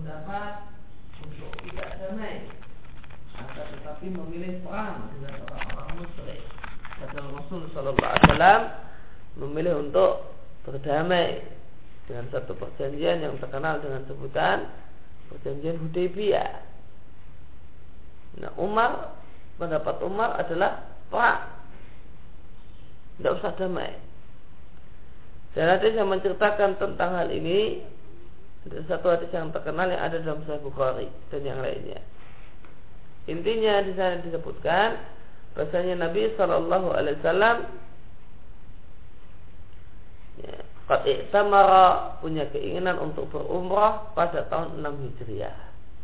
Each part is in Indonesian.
berpendapat untuk tidak damai, akan tetapi memilih perang dengan orang-orang musyrik. Kata Rasul Sallallahu Alaihi Wasallam memilih untuk berdamai dengan satu perjanjian yang terkenal dengan sebutan perjanjian Hudaybiyah. Nah, pendapat Umar adalah perang, tidak usah damai. Dan hadis yang menceritakan tentang hal ini ada satu hadis yang terkenal yang ada dalam Sahih Bukhari dan yang lainnya. Intinya di sana disebutkan bahasanya Nabi Sallallahu Alaihi Wasallam qad i'tamara, punya keinginan untuk berumrah pada tahun 6 Hijriah.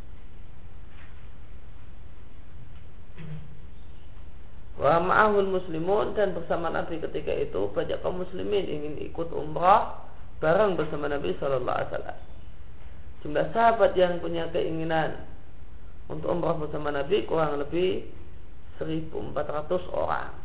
Wa ma'ahul muslimun, dan bersama Nabi ketika itu banyak kaum muslimin ingin ikut umrah bareng bersama Nabi Sallallahu Alaihi Wasallam. Jumlah sahabat yang punya keinginan untuk umrah bersama Nabi kurang lebih 1.400 orang.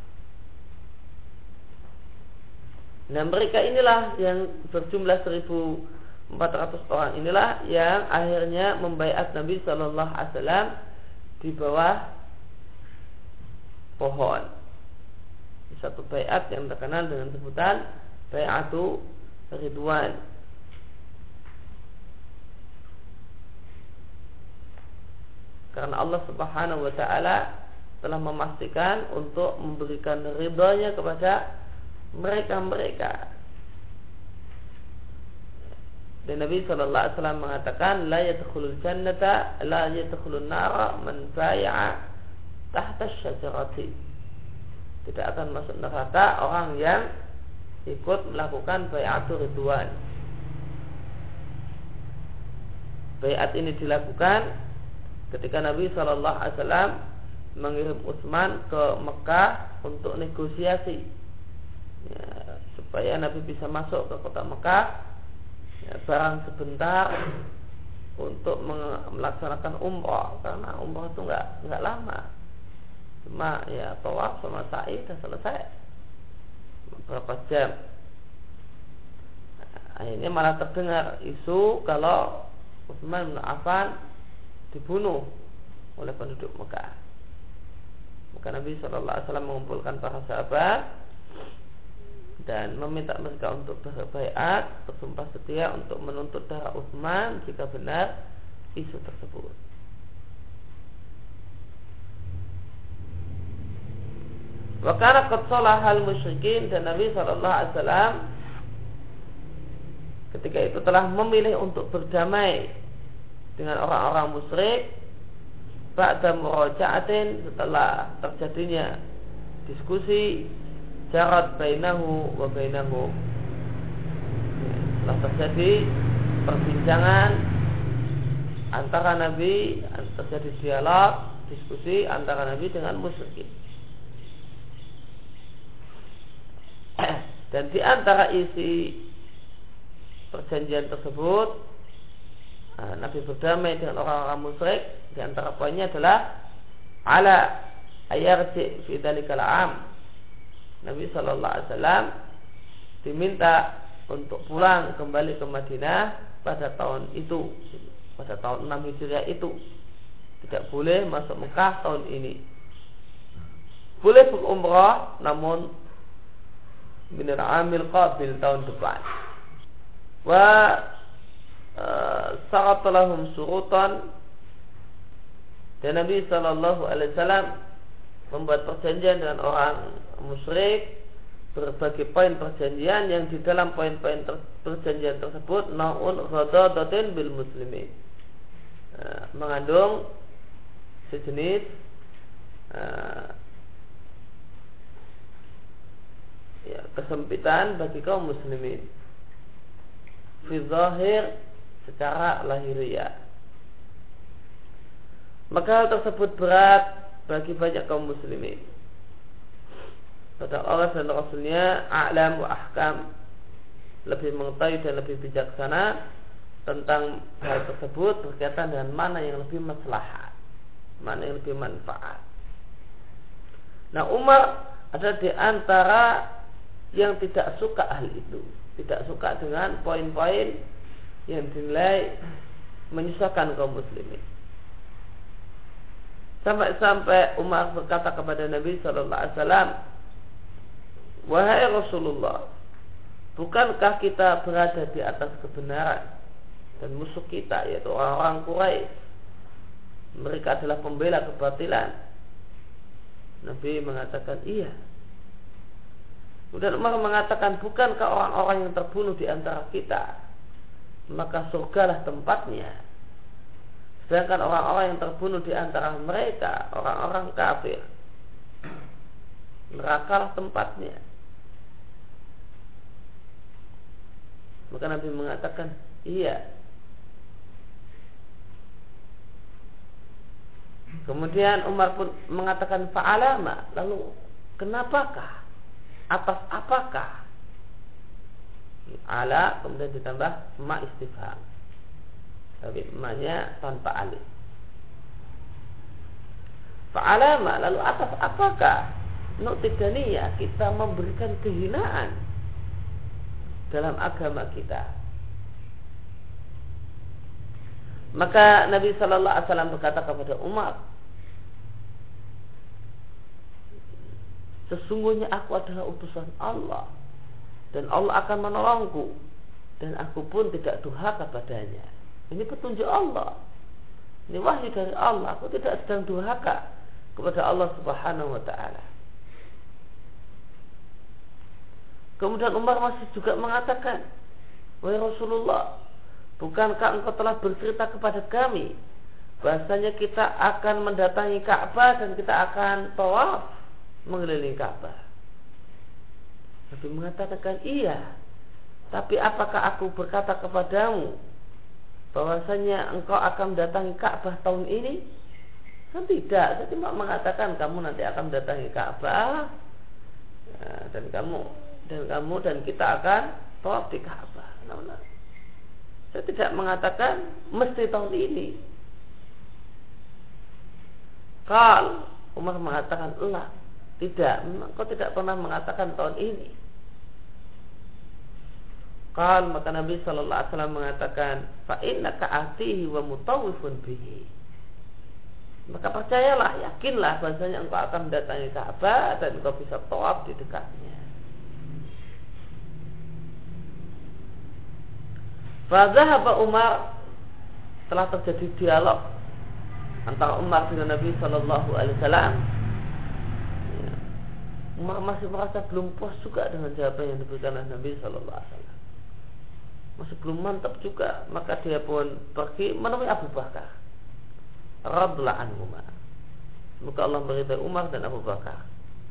Nah, mereka inilah yang berjumlah 1.400 orang inilah yang akhirnya membaiat Nabi Sallallahu Alaihi Wasallam di bawah pohon. Satu baiat yang terkenal dengan sebutan Bai'atu Ridwan. Karena Allah Subhanahu wa taala telah memastikan untuk memberikan ridhanya kepada mereka-mereka. Dan Nabi sallallahu alaihi wasallam mengatakan la yadkhulul jannata la yadkhulun nara man bai'a tahta syajarati. Tidak akan masuk neraka orang yang ikut melakukan bai'atul ridwan. Bai'at ini dilakukan ketika Nabi sallallahu alaihi wasallam mengirim Utsman ke Mekah untuk negosiasi, supaya Nabi bisa masuk ke kota Mekah barang sebentar untuk melaksanakan umrah, karena umrah itu nggak lama, cuma tawaf sama sa'i dan selesai beberapa jam. Akhirnya malah terdengar isu kalau Utsman bin Affan dibunuh oleh penduduk Mekah. Maka Nabi SAW mengumpulkan para sahabat dan meminta mereka untuk berbaiat, bersumpah setia untuk menuntut darah Utsman jika benar isu tersebut. Wa kana qad salahal musyrikin, dan Nabi SAW ketika itu telah memilih untuk berdamai dengan orang-orang musyrik ba'da muraja'atin, setelah terjadinya diskusi jarat bainahu wa bainahum, setelah terjadi perbincangan antara Nabi, terjadi dialog, diskusi antara Nabi dengan musyrikin. Dan di antara isi perjanjian tersebut, Nabi berdamai dengan orang-orang musyrik. Di antara poinnya adalah ala ayarji fi dzalikal am. Nabi sallallahu alaihi wasallam diminta untuk pulang kembali ke Madinah pada tahun itu, pada tahun 6 Hijriah itu. Tidak boleh masuk Mekah tahun ini. Boleh berumrah namun minal amil qabil, tahun depan. Wa sa'atalahum surutan, dan Nabi sallallahu alaihi wasallam membuat perjanjian dengan orang musyrik, berbagai poin perjanjian yang di dalam poin-poin perjanjian tersebut naun ghadadatin bil muslimin, mengandung sejenis kesempitan bagi kaum muslimin fi zahir, secara lahiriah. Maka hal tersebut berat bagi banyak kaum muslimin. Padahal Allah dan Rasulnya a'lam wa ahkam, lebih mengetahui dan lebih bijaksana tentang hal tersebut berkaitan dengan mana yang lebih maslahat, mana yang lebih manfaat. Nah, Umar ada di antara yang tidak suka hal itu, tidak suka dengan poin-poin yang dinilai menyusahkan kaum muslimin. Sampai Umar berkata kepada Nabi sallallahu alaihi wasallam, "Wahai Rasulullah, bukankah kita berada di atas kebenaran dan musuh kita yaitu orang-orang Quraisy mereka adalah pembela kebatilan?" Nabi mengatakan, "Iya." Kemudian Umar mengatakan, "Bukankah orang-orang yang terbunuh di antara kita, maka surgalah tempatnya. Sedangkan orang-orang yang terbunuh di antara mereka, orang-orang kafir, nerakalah tempatnya." Maka Nabi mengatakan, "Iya." Kemudian Umar pun mengatakan, "Fa'alama?" Lalu kenapakah? Atas apakah? Ala kemudian ditambah ma istifham, tapi ma-nya tanpa alif. Fa'alama, lalu atas apakah nu'tidaniyah, kita memberikan kehinaan dalam agama kita? Maka Nabi sallallahu alaihi wasallam berkata kepada Umar, "Sesungguhnya aku adalah utusan Allah dan Allah akan menolongku, dan aku pun tidak durhaka padanya." Ini petunjuk Allah, ini wahyu dari Allah. Aku tidak sedang durhaka kepada Allah Subhanahu wa ta'ala. Kemudian Umar masih juga mengatakan, "Wahai Rasulullah, bukankah engkau telah bercerita kepada kami bahasanya kita akan mendatangi Ka'bah dan kita akan tawaf mengelilingi Ka'bah?" Nabi mengatakan, "Iya, tapi apakah aku berkata kepadamu bahwasanya engkau akan mendatangi Ka'bah tahun ini?" Kan tidak, saya cuma mengatakan kamu nanti akan mendatangi Ka'bah, dan kamu dan kita akan tawaf di Ka'bah. Nah, saya tidak mengatakan mesti tahun ini. Kalau Umar mengatakan, "Allah, tidak, engkau tidak pernah mengatakan tahun ini." Qal, maka Nabi sallallahu alaihi wasallam mengatakan, "Fa innaka atihi wa mutawwifun bihi." Maka percayalah, yakinlah bahasanya engkau akan mendatangi Ka'bah dan engkau bisa tawaf di dekatnya. Fa dhahaba Umar, telah terjadi dialog antara Umar dengan Nabi sallallahu alaihi wasallam. Umar masih merasa belum puas juga dengan jawaban yang diberikan oleh Nabi sallallahu alaihi wasallam. Masih belum mantap juga, maka dia pun pergi menemui Abu Bakar radhiyallahu anhu. Semoga Allah meridai Umar dan Abu Bakar.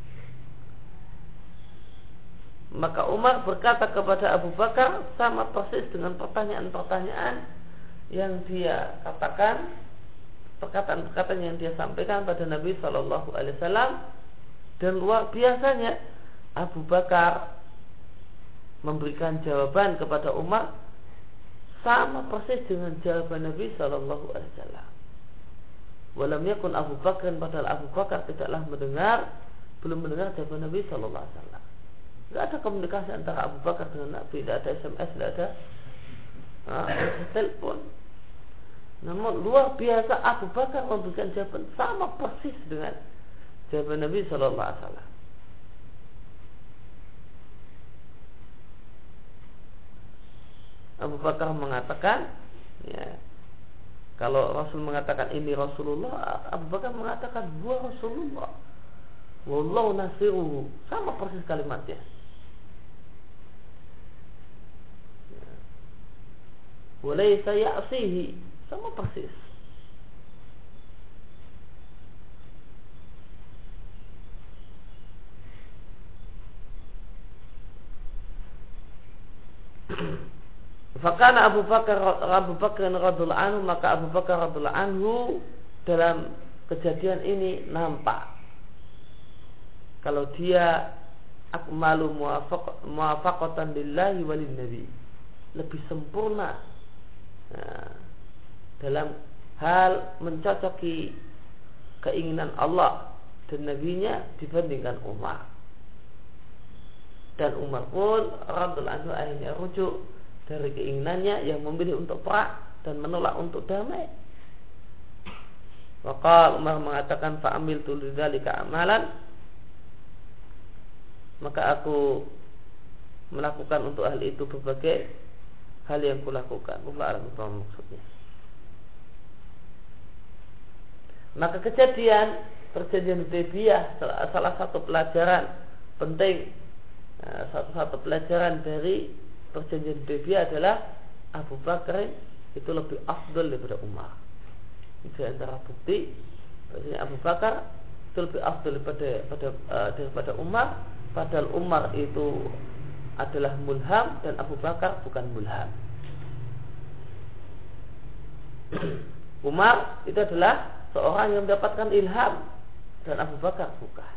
Maka Umar berkata kepada Abu Bakar sama persis dengan pertanyaan-pertanyaan yang dia katakan, perkataan-perkataan yang dia sampaikan pada Nabi sallallahu alaihi wasallam. Dan luar biasanya Abu Bakar memberikan jawaban kepada Umar sama persis dengan jawaban Nabi sallallahu alaihi wasallam. Walam yakun Abu Bakar, padahal Abu Bakar tidaklah belum mendengar jawaban Nabi sallallahu alaihi wasallam. Tidak ada komunikasi antara Abu Bakar dengan Nabi, tidak ada SMS, tidak ada telepon. Namun luar biasa Abu Bakar memberikan jawaban sama persis dengan jawaban Nabi sallallahu alaihi wasallam. Abu Bakar mengatakan, ya, kalau Rasul mengatakan ini Rasulullah, Abu Bakar mengatakan huwa Rasulullah, wallahu nasiruhu, sama persis kalimatnya. Walaysa ya'sihi, sama persis. Fakana Abu Bakar radhiyallahu anhu, maka Abu Bakar radhiyallahu anhu dalam kejadian ini nampak kalau dia akmalu muwafaqatan lillahi walin nabi, lebih sempurna dalam hal mencocoki keinginan Allah dan nabinya dibandingkan Umar. Dan Umar pun radhiyallahu anhu akhirnya rujuk dari keinginannya yang memilih untuk perang dan menolak untuk damai. Maka Umar mengatakan fa'amil tu lidzalika amalan, maka aku melakukan untuk hal itu berbagai hal yang kulakukan. Allah alam maksudnya. Maka kejadian perjanjian Hudaybiyah salah satu pelajaran penting, satu pelajaran dari perjanjian Hudaybiyah adalah Abu Bakar itu lebih afdal daripada Umar. Itu antara bukti bahwasanya Abu Bakar itu lebih afdal daripada Umar, padahal Umar itu adalah mulham dan Abu Bakar bukan mulham. Umar itu adalah seorang yang mendapatkan ilham dan Abu Bakar bukan.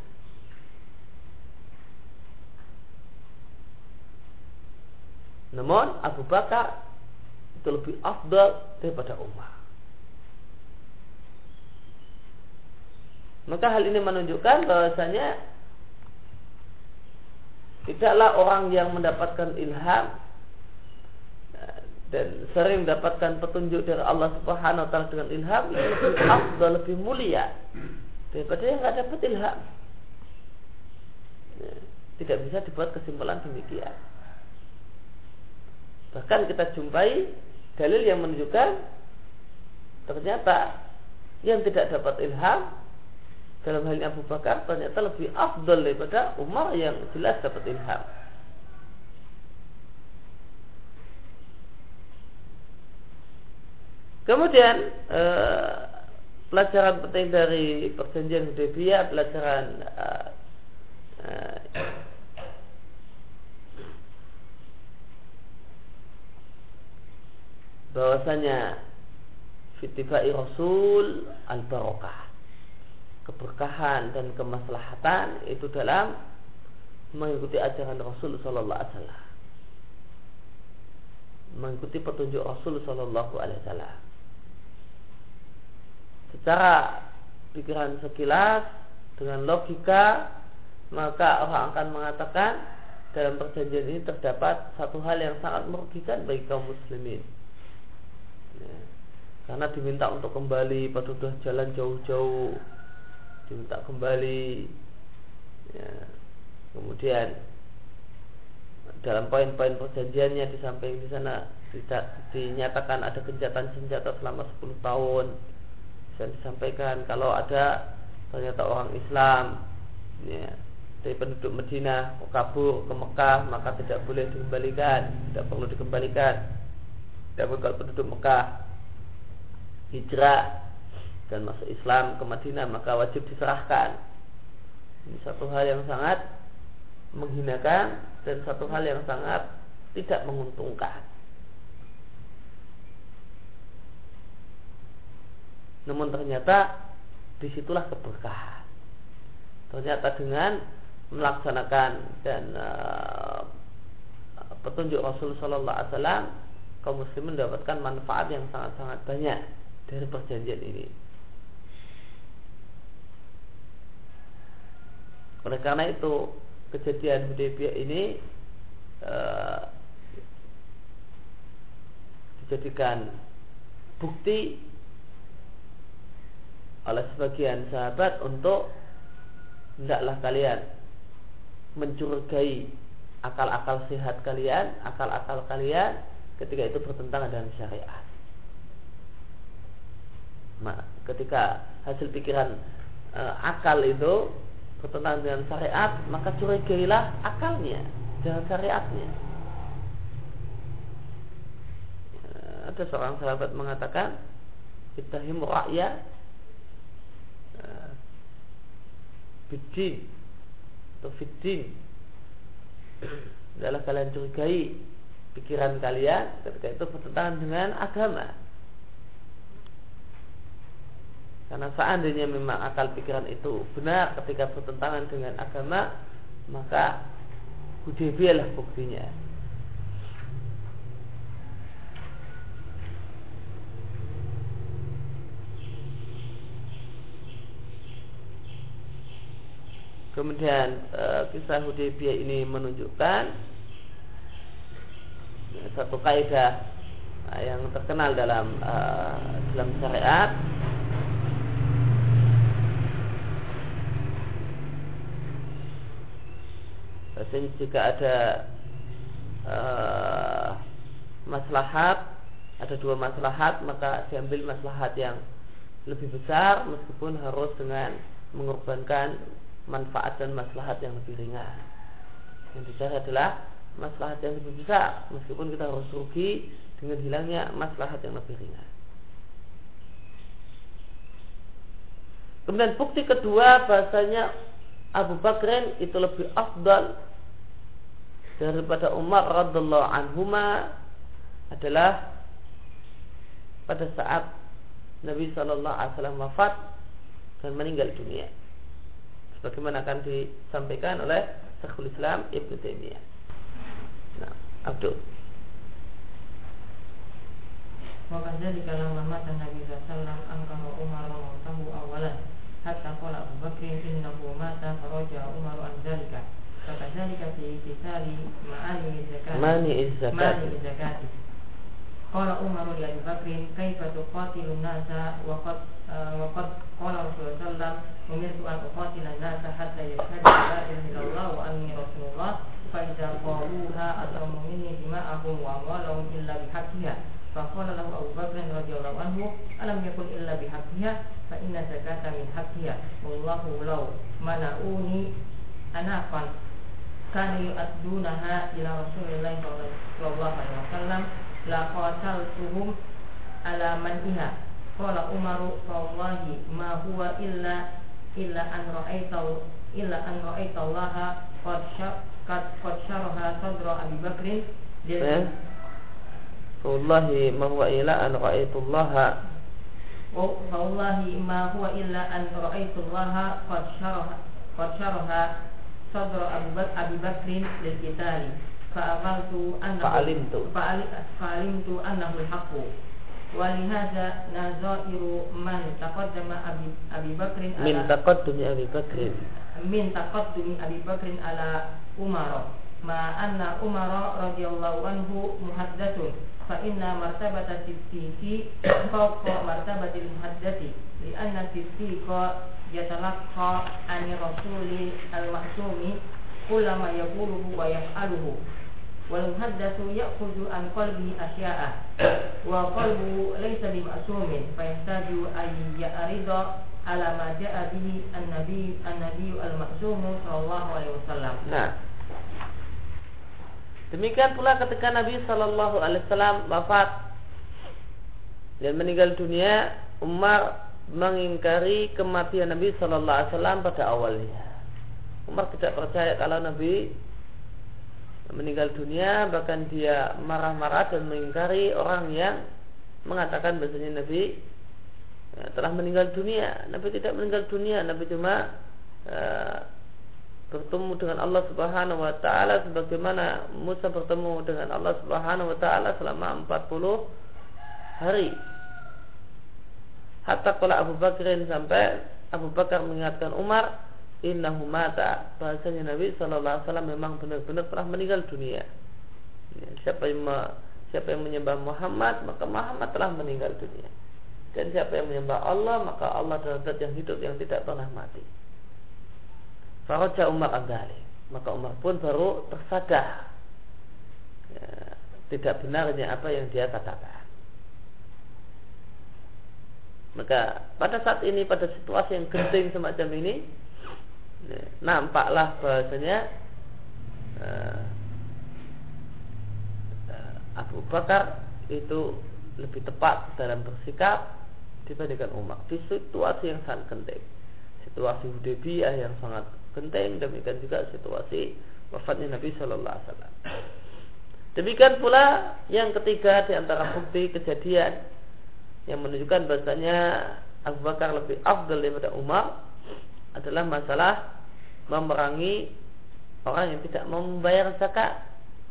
Namun Abu Bakar itu lebih afdal daripada Umar. Maka hal ini menunjukkan bahwasanya tidaklah orang yang mendapatkan ilham dan sering mendapatkan petunjuk dari Allah Subhanahu wa taala dengan ilham itu lebih afdal, lebih mulia daripada yang tidak dapat ilham. Tidak bisa dibuat kesimpulan demikian. Bahkan kita jumpai dalil yang menunjukkan ternyata yang tidak dapat ilham dalam hal ini Abu Bakar ternyata lebih afdal daripada Umar yang jelas dapat ilham. Kemudian pelajaran penting dari perjanjian Hudaybiyah, pelajaran bahwasanya fitibai Rasul al-barakah, keberkahan dan kemaslahatan itu dalam mengikuti ajaran Rasul sallallahu alaihi wasallam, mengikuti petunjuk Rasul sallallahu alaihi wasallam. Secara pikiran sekilas dengan logika, maka orang akan mengatakan dalam perjanjian ini terdapat satu hal yang sangat merugikan bagi kaum muslimin. Karena diminta untuk kembali pada sudah jalan jauh-jauh, diminta kembali, ya. Kemudian dalam poin-poin perjanjiannya di samping di sana dinyatakan ada gencatan senjata selama 10 tahun. Dan disampaikan kalau ada ternyata orang Islam, ya, dari penduduk Madinah kabur ke Mekah, maka tidak boleh dikembalikan, tidak perlu dikembalikan. Tapi kalau penduduk Mekah hijrah dan masuk Islam ke Madinah, maka wajib diserahkan. Ini satu hal yang sangat menghinakan dan satu hal yang sangat tidak menguntungkan. Namun ternyata disitulah keberkahan. Ternyata dengan melaksanakan dan petunjuk Rasul sallallahu alaihi wasallam, kaum muslimin mendapatkan manfaat yang sangat-sangat banyak dari perjanjian ini. Oleh karena itu kejadian Hudaybiyah ini dijadikan bukti oleh sebagian sahabat untuk hendaklah kalian mencurigai akal-akal sehat kalian, akal-akal kalian ketika itu bertentangan dengan syariat. Ketika hasil pikiran akal itu bertentangan dengan syariat, maka curigailah akalnya, jangan syariatnya. Ada seorang sahabat mengatakan, ittahimu ra'ya bidin atau fiddin, adalah kalian curigai pikiran kalian ketika itu bertentangan dengan agama. Karena seandainya memang akal pikiran itu benar ketika bertentangan dengan agama, maka Hudaybiyah lah buktinya. Kemudian kisah Hudaybiyah ini menunjukkan satu kaidah yang terkenal dalam syariat. Bahasanya jika ada maslahat, ada dua maslahat, maka diambil maslahat yang lebih besar meskipun harus dengan mengorbankan manfaat dan maslahat yang lebih ringan. Yang dicari adalah maslahat yang lebih besar meskipun kita harus rugi dengan hilangnya maslahat yang lebih ringan. Kemudian bukti kedua bahasanya Abu Bakrin itu lebih afdal daripada Umar radhiyallahu anhuma adalah pada saat Nabi sallallahu alaihi wasallam wafat dan meninggal dunia, sebagaimana akan disampaikan oleh Syekhul Islam Ibnu Taimiyah. Nah, Abdul. Wakadzalika lamma mata Nabi sallallahu alaihi wasallam angkara Umar mautahu awalan hatta qala Abu Bakr innahu mata faraja Umar an dzalika. Wakadzalika fi kisali mani zakati. Qala Umar li Abi Bakr kaifa tuqatilun nasa wa qad qala Rasulullah sallallahu alaihi wasallam umirtu an uqatila nasa hatta yashhadu la ilaha illallah wa anni rasulullah fa idza qaluha atamu minni dima'ahum wa amwalahum illa bihaqqiha. Faqala lahu Abu Bakr radhiyallahu anhu alam yakul illa bihaqqiha fa inna zakata min haqqiha wallahu law mana'uni anafan kana yu'addunaha ila Rasulillah sallallahu alaihi wasallam la qataltuhum ala man'iha. Qala Umaru fa wallahi ma huwa illa an ra'aita Allah qad syaraha sadra Abi Bakrin wallahi ma huwa illa an ra'aitu Allah wallahi ma huwa illa an ra'aitu Allah qad syaraha sadra Abi Bakrin lil qitali fa'alimtu annahu al-haqqu wa lihadza nazairu man taqaddama Abi Bakrin min taqaddumi Abi Bakrin ala Umar ma anna Umar radhiyallahu anhu muhaddatsun fa inna martabata siddiqi fawqa martabatil muhaddati li anna siddiqa yatalaqqa ani rasuli al-ma'sumi kullama yaquluhu wa yaf'aluhu wal muhaddatsu ya'khudhu an qalbihi asya'a wa qalbuhu laysa bima'sumin fa yahtaju an ya'rida ala ma ja'a bihi an-nabi al-ma'sum sallallahu alaihi wasallam. Nah, demikian pula ketika Nabi sallallahu alaihi wasallam wafat dan meninggal dunia, Umar mengingkari kematian Nabi sallallahu alaihi wasallam pada awalnya. Umar tidak percaya kalau Nabi meninggal dunia, bahkan dia marah-marah dan mengingkari orang yang mengatakan bahasanya Nabi telah meninggal dunia. Nabi tidak meninggal dunia, Nabi cuma bertemu dengan Allah Subhanahu wa taala sebagaimana Musa bertemu dengan Allah Subhanahu wa taala selama 40 hari. Hatta qala Abu Bakrin, sampai Abu Bakar mengingatkan Umar, innahu mata, bahasanya Nabi sallallahu alaihi wasallam memang benar-benar telah meninggal dunia. Siapa yang menyembah Muhammad, maka Muhammad telah meninggal dunia. Dan siapa yang menyembah Allah, maka Allah adalah zat yang hidup yang tidak pernah mati. Faraja Umar adzalik, maka Umar pun baru tersadar tidak benarnya apa yang dia katakan. Maka pada saat ini, pada situasi yang genting semacam ini, nampaklah bahasanya Abu Bakar itu lebih tepat dalam bersikap dibandingkan Umar di situasi yang sangat genting, situasi Hudaybiyah yang sangat genting, demikian juga situasi wafatnya Nabi Sallallahu Alaihi Wasallam. Demikian pula yang ketiga di antara bukti kejadian yang menunjukkan bahasanya Abu Bakar lebih afdal daripada Umar adalah masalah memerangi orang yang tidak mau membayar zakat.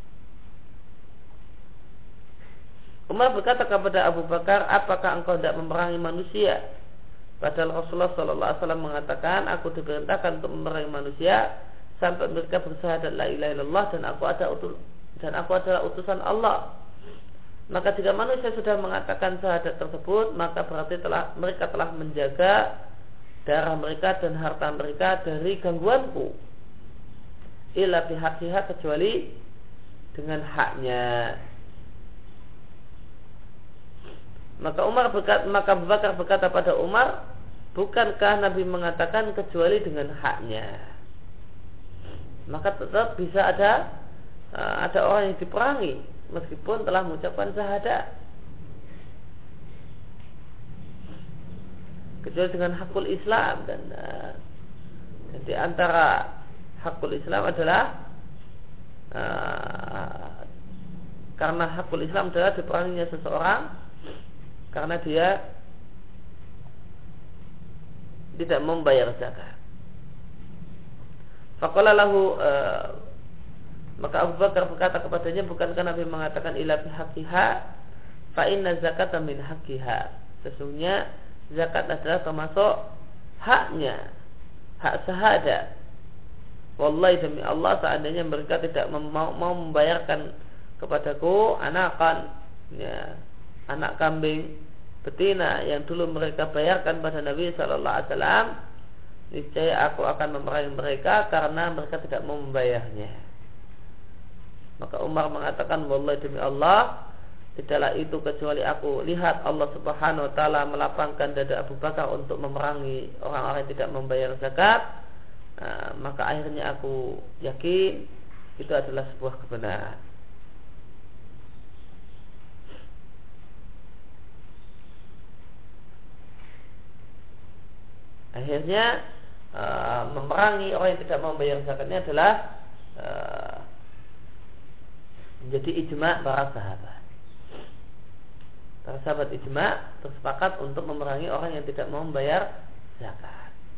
Umar berkata kepada Abu Bakar, apakah engkau tidak memerangi manusia? Padahal Rasulullah SAW mengatakan, aku diperintahkan untuk memerangi manusia sampai mereka bersyahadat la ilaha illallah dan aku adalah utusan Allah. Maka jika manusia sudah mengatakan syahadat tersebut, maka berarti mereka telah menjaga darah mereka dan harta mereka dari gangguanku. Illa bihaqiha, kecuali dengan haknya. Maka Abu Bakar berkata pada Umar, bukankah Nabi mengatakan kecuali dengan haknya? Maka tetap bisa ada orang yang diperangi meskipun telah mengucapkan syahadat, kecuali dengan hakul Islam. Dan di antara hakul Islam adalah karena hakul Islam adalah diperanginya seseorang karena dia tidak membayar zakat. Faqala lahu, maka Abu Bakar berkata kepadanya, bukankah Nabi mengatakan ila bihaqqiha fa inna zakata min haqqiha? Sesungguhnya zakat adalah termasuk haknya, hak syahadat. Wallahi demi Allah, seandainya mereka tidak mau membayarkan kepadaku anakan, ya, anak kambing betina yang dulu mereka bayarkan pada Nabi sallallahu alaihi wasallam, niscaya aku akan memerangi mereka karena mereka tidak mau membayarnya. Maka Umar mengatakan, wallahi demi Allah, tidaklah itu kecuali aku lihat Allah Subhanahu wa taala melapangkan dada Abu Bakar untuk memerangi orang-orang yang tidak membayar zakat. Maka akhirnya aku yakin itu adalah sebuah kebenaran. Akhirnya memerangi orang yang tidak membayar zakatnya adalah menjadi ijma' para sahabat. Para sahabat ijma' bersepakat untuk memerangi orang yang tidak mau membayar zakat.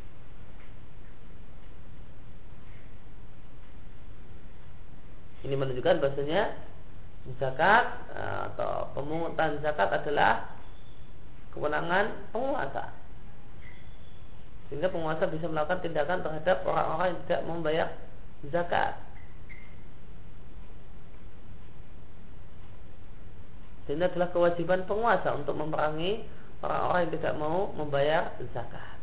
Ini menunjukkan bahasanya zakat atau pemungutan zakat adalah kewenangan penguasa, sehingga penguasa bisa melakukan tindakan terhadap orang-orang yang tidak membayar zakat. Ini adalah kewajiban penguasa untuk memerangi orang-orang yang tidak mau membayar zakat.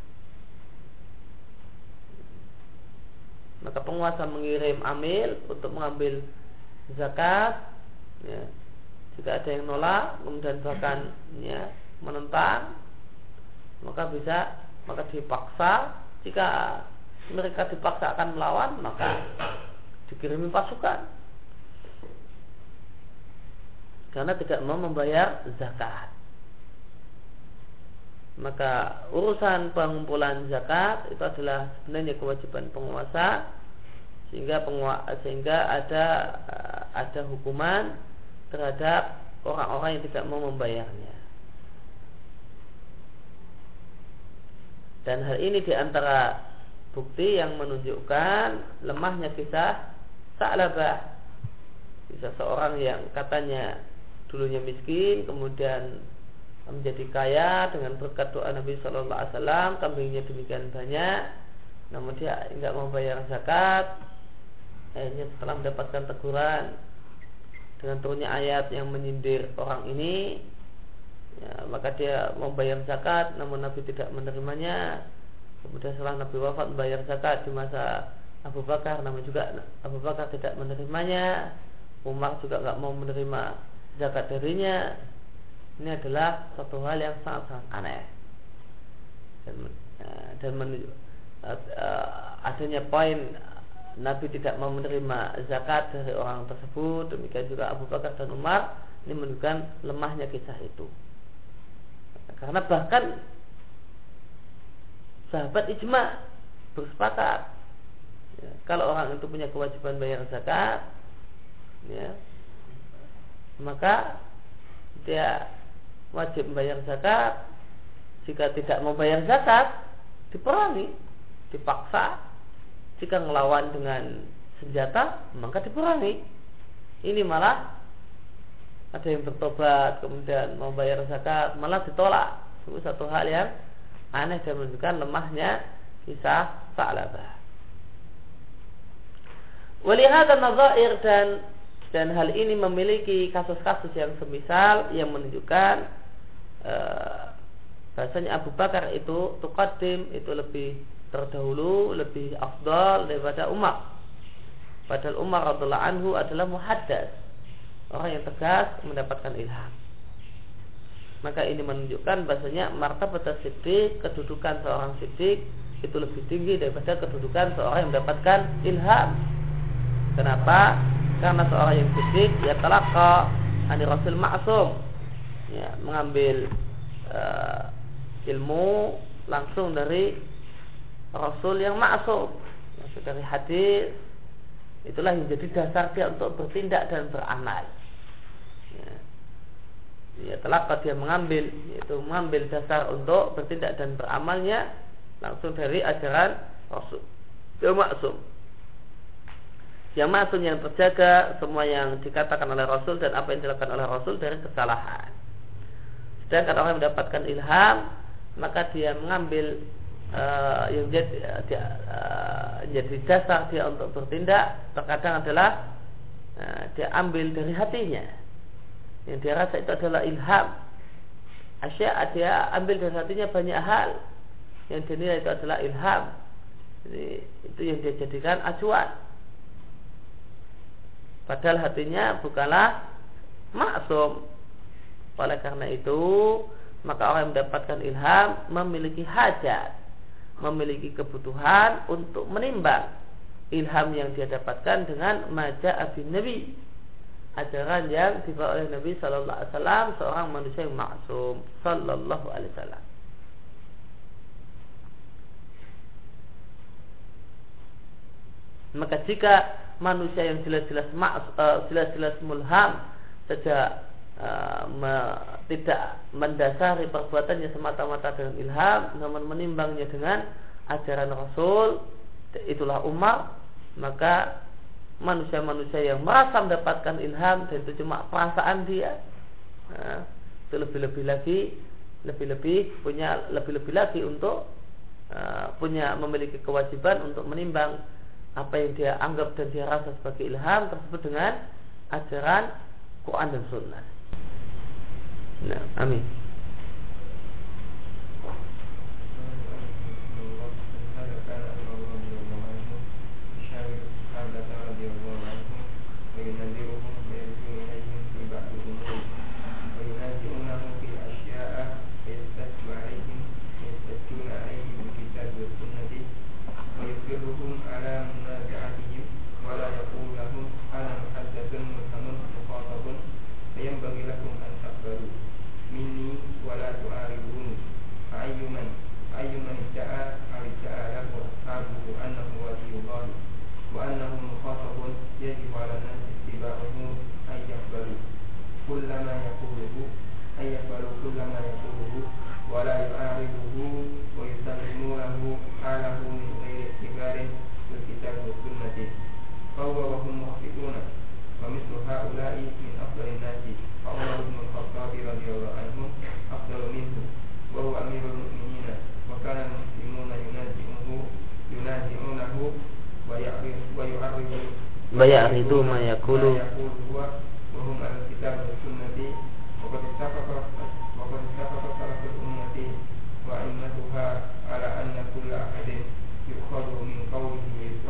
Maka penguasa mengirim amil untuk mengambil zakat, ya. Jika ada yang nolak, kemudian bahkan ya, menentang, maka dipaksa. Jika mereka dipaksa akan melawan, maka dikirimi pasukan karena tidak mau membayar zakat. Maka urusan pengumpulan zakat itu adalah sebenarnya kewajiban penguasa, sehingga ada hukuman terhadap orang-orang yang tidak mau membayarnya. Dan hal ini diantara bukti yang menunjukkan lemahnya kisah Sa'labah, kisah seorang yang katanya dulunya miskin, kemudian menjadi kaya dengan berkat doa Nabi Sallallahu Alaihi Wasallam. Kambingnya demikian banyak, namun dia tidak mau bayar zakat. Akhirnya setelah mendapatkan teguran dengan turunnya ayat yang menyindir orang ini, ya, maka dia mau bayar zakat, namun Nabi tidak menerimanya. Kemudian setelah Nabi wafat membayar zakat di masa Abu Bakar, namun juga Abu Bakar tidak menerimanya. Umar juga nggak mau menerima zakat darinya. Ini adalah suatu hal yang sangat-sangat aneh, dan adanya poin Nabi tidak mau menerima zakat dari orang tersebut. Demikian juga Abu Bakar dan Umar. Ini menunjukkan lemahnya kisah itu, karena bahkan sahabat ijma' bersepakat, ya, kalau orang itu punya kewajiban bayar zakat, ya, maka dia wajib membayar zakat. Jika tidak membayar zakat, diperangi, dipaksa. Jika melawan dengan senjata, maka diperangi. Ini malah ada yang bertobat kemudian membayar zakat, malah ditolak. Itu satu hal yang aneh dan menunjukkan lemahnya kisah Sa'labah. Walihada nadzair, dan Dan hal ini memiliki kasus-kasus yang semisal yang menunjukkan bahasanya Abu Bakar itu tuqaddim, itu lebih terdahulu, lebih afdal daripada Umar. Padahal Umar radhiyallahu anhu adalah muhaddas, orang yang tegas mendapatkan ilham. Maka ini menunjukkan bahasanya martabat siddiq, kedudukan seorang siddiq itu lebih tinggi daripada kedudukan seorang yang mendapatkan ilham. Kenapa? Karena seorang yang siddiq ya talaqa ani rasul ma'sum, ya, mengambil ilmu langsung dari rasul yang ma'sum, maksud dari hadis. Itulah yang jadi dasar dia untuk bertindak dan beramal. Ya, talaqa dia mengambil, yaitu mengambil dasar untuk bertindak dan beramalnya langsung dari ajaran rasul yang ma'sum. Yang maksud yang terjaga semua yang dikatakan oleh Rasul dan apa yang dilakukan oleh Rasul dari kesalahan. Sedangkan orang yang mendapatkan ilham, maka dia mengambil yang jadi dasar dia untuk bertindak terkadang adalah dia ambil dari hatinya. Yang dia rasa itu adalah ilham. Dia ambil dari hatinya banyak hal yang dinilai itu adalah ilham. Jadi, itu yang dia jadikan acuan. Padahal hatinya bukanlah maksum. Oleh karena itu, maka orang yang mendapatkan ilham memiliki hajat, memiliki kebutuhan untuk menimbang ilham yang dia dapatkan dengan maja'a bin Nabi, ajaran yang dibawa oleh Nabi sallallahu alaihi wasallam, seorang manusia yang maksum sallallahu alaihi wasallam. Maka jika manusia yang jelas-jelas mulham saja tidak mendasari perbuatannya semata-mata dengan ilham, namun menimbangnya dengan ajaran Rasul, itulah Umar, maka manusia-manusia yang merasa mendapatkan ilham dan itu cuma perasaan dia, itu lebih-lebih lagi untuk memiliki kewajiban untuk menimbang apa yang dia anggap dan dia rasa sebagai ilham tersebut dengan ajaran Quran dan Sunnah. Nah, amin. Bayaridu ma yaqulu wa hum al-kitab wa sunnati wa qad ittafaqa salaful ummati wa immatuha ala anna kulla ahadin yukhadhu min qawlihi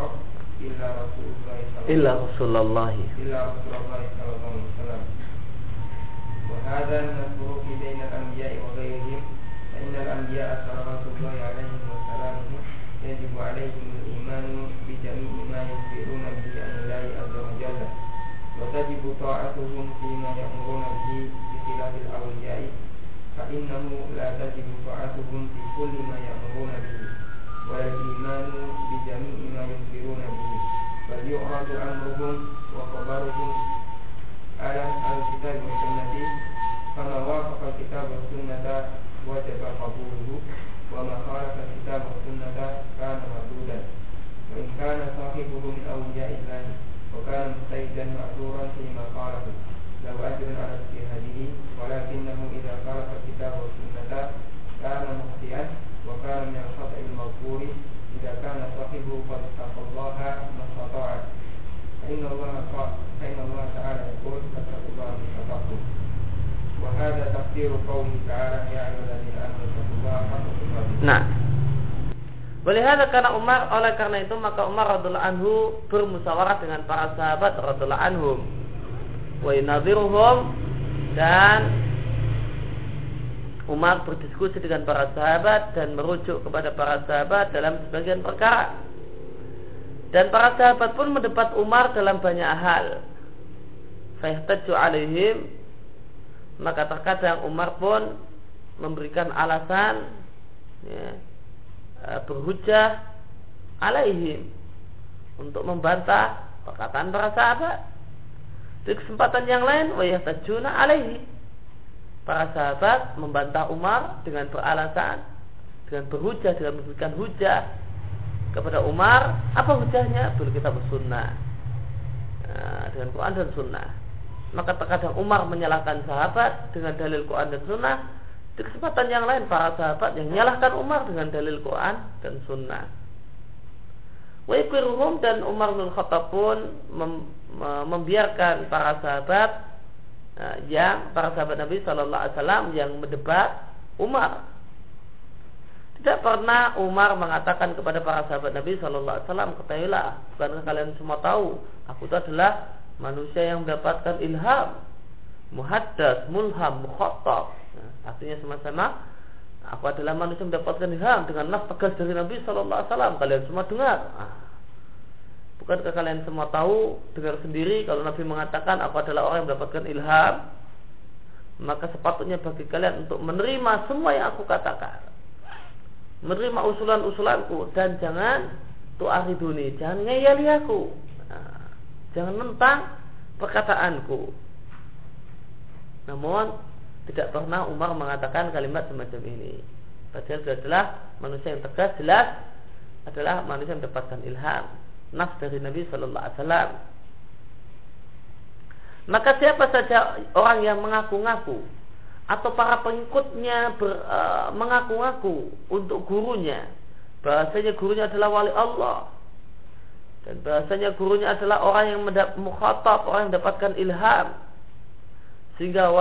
illa Rasulullah sallallahu alaihi wasallam. Wa hadha al-furuq baina al-anbiya'i wa ghayrihim, fa inna al-anbiya'a sallallahu alaihi wasallam yajibu alaihim al-iman bi jami'i ma yukhbiruna bihi an Allah azza wa jalla wa tajibu ta'atuhum fima ya'muruna bihi bi khilafil awliya'i fa innahu la tajibu ta'atuhum fi kulli ma ya'muruna bihi wa al-iman bi jami'i ma yukhbiruna bihi bal yu'radu amruhum wa khabaruhum ala al-kitab wa sunnati fama wafaqa al-kitab wa sunnata wajaba qabuluhu wa ma khalafa al-kitab wa sunnata kana mardudan wa in kana sahibuhu min awliya'illahi wa kana mustaidan ma'duran fima qalahu lahu ajrun ala ijtihadihi walakinahu idza khalafa al-kitab wa sunnata kana mukhti'an wa kana min al-khata'i al-maghfuri idza kana sahibuhu qad taqallaha mastata'a fa inna Allah ta'ala Nah, oleh karena itu maka Umar radhiyallahu anhu bermusyawarah dengan para sahabat radhiyallahu anhum wa yunadhiruhum, dan Umar berdiskusi dengan para sahabat dan merujuk kepada para sahabat dalam sebagian perkara. Dan para sahabat pun mendebat Umar dalam banyak hal. Fahtaju alaihim, maka terkadang Umar pun memberikan alasan, ya, berhujjah alaihim, untuk membantah perkataan para sahabat. Di kesempatan yang lain, wa yahtajuna alaihi, para sahabat membantah Umar dengan beralasan, dengan berhujjah, dengan memberikan hujjah kepada Umar. Apa hujjahnya? Bil kitab sunnah, dengan Quran dan sunnah. Maka terkadang Umar menyalahkan sahabat dengan dalil Quran dan sunnah. Di kesempatan yang lain para sahabat yang menyalahkan Umar dengan dalil Quran dan sunnah. Wa yakruhum, dan Umar bin Khattab pun membiarkan para sahabat para sahabat Nabi sallallahu alaihi wasallam yang mendebat Umar. Tidak pernah Umar mengatakan kepada para sahabat Nabi sallallahu alaihi wasallam, ketahuilah, bukankah kalian semua tahu aku itu adalah manusia yang mendapatkan ilham, muhaddas, mulham, mukhattab. Artinya sama-sama aku adalah manusia yang mendapatkan ilham dengan nas tegas dari Nabi sallallahu alaihi wasallam. Kalian semua dengar. Bukankah kalian semua tahu, dengar sendiri kalau Nabi mengatakan aku adalah orang yang mendapatkan ilham, maka sepatutnya bagi kalian untuk menerima semua yang aku katakan, menerima usulan-usulanku, dan jangan tu'ariduni, jangan ngeyali aku, jangan mentang perkataanku. Namun tidak pernah Umar mengatakan kalimat semacam ini. Padahal dia adalah manusia yang tegas, jelas adalah manusia yang mendapatkan ilham, nas dari Nabi sallallahu alaihi wasallam. Maka siapa saja orang yang mengaku-ngaku atau para pengikutnya mengaku-ngaku untuk gurunya, bahasanya gurunya adalah wali Allah, dan bahasanya gurunya adalah orang yang mukhatab, orang yang mendapatkan ilham, sehingga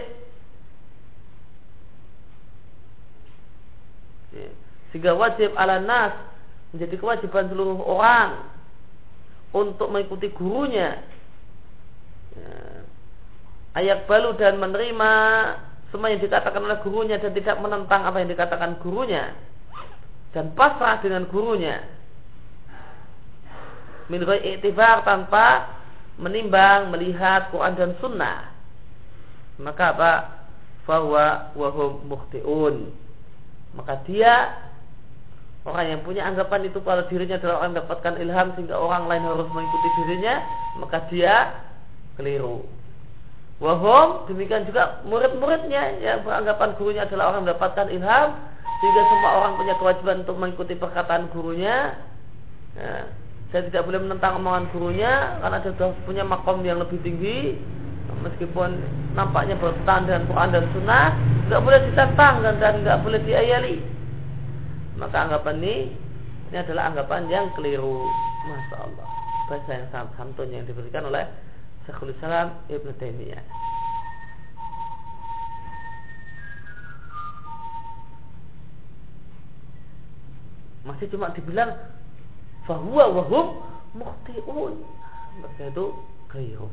wajib ala nas, menjadi kewajiban seluruh orang untuk mengikuti gurunya, ayak balu, dan menerima semua yang dikatakan oleh gurunya dan tidak menentang apa yang dikatakan gurunya, dan pasrah dengan gurunya, min ghairi i'tibar, tanpa menimbang, melihat Quran dan sunnah. Maka apa? Fahuwa wahum mukhti'un, maka dia orang yang punya anggapan itu kalau dirinya adalah orang yang mendapatkan ilham sehingga orang lain harus mengikuti dirinya, maka dia keliru. Wahum, demikian juga murid-muridnya yang beranggapan gurunya adalah orang yang mendapatkan ilham sehingga semua orang punya kewajiban untuk mengikuti perkataan gurunya. Saya tidak boleh menentang omongan gurunya karena dia sudah punya makom yang lebih tinggi, meskipun nampaknya bertentangan dengan Quran dan Sunnah, tidak boleh ditentang dan tidak boleh diayali. Maka anggapan ini adalah anggapan yang keliru. Masya Allah, bahasa yang sangat santun yang diberikan oleh Syekhul Islam Ibnu Taimiyah. Masih cuma dibilang fahuwa wahum mukhti'un, maka itu keliru.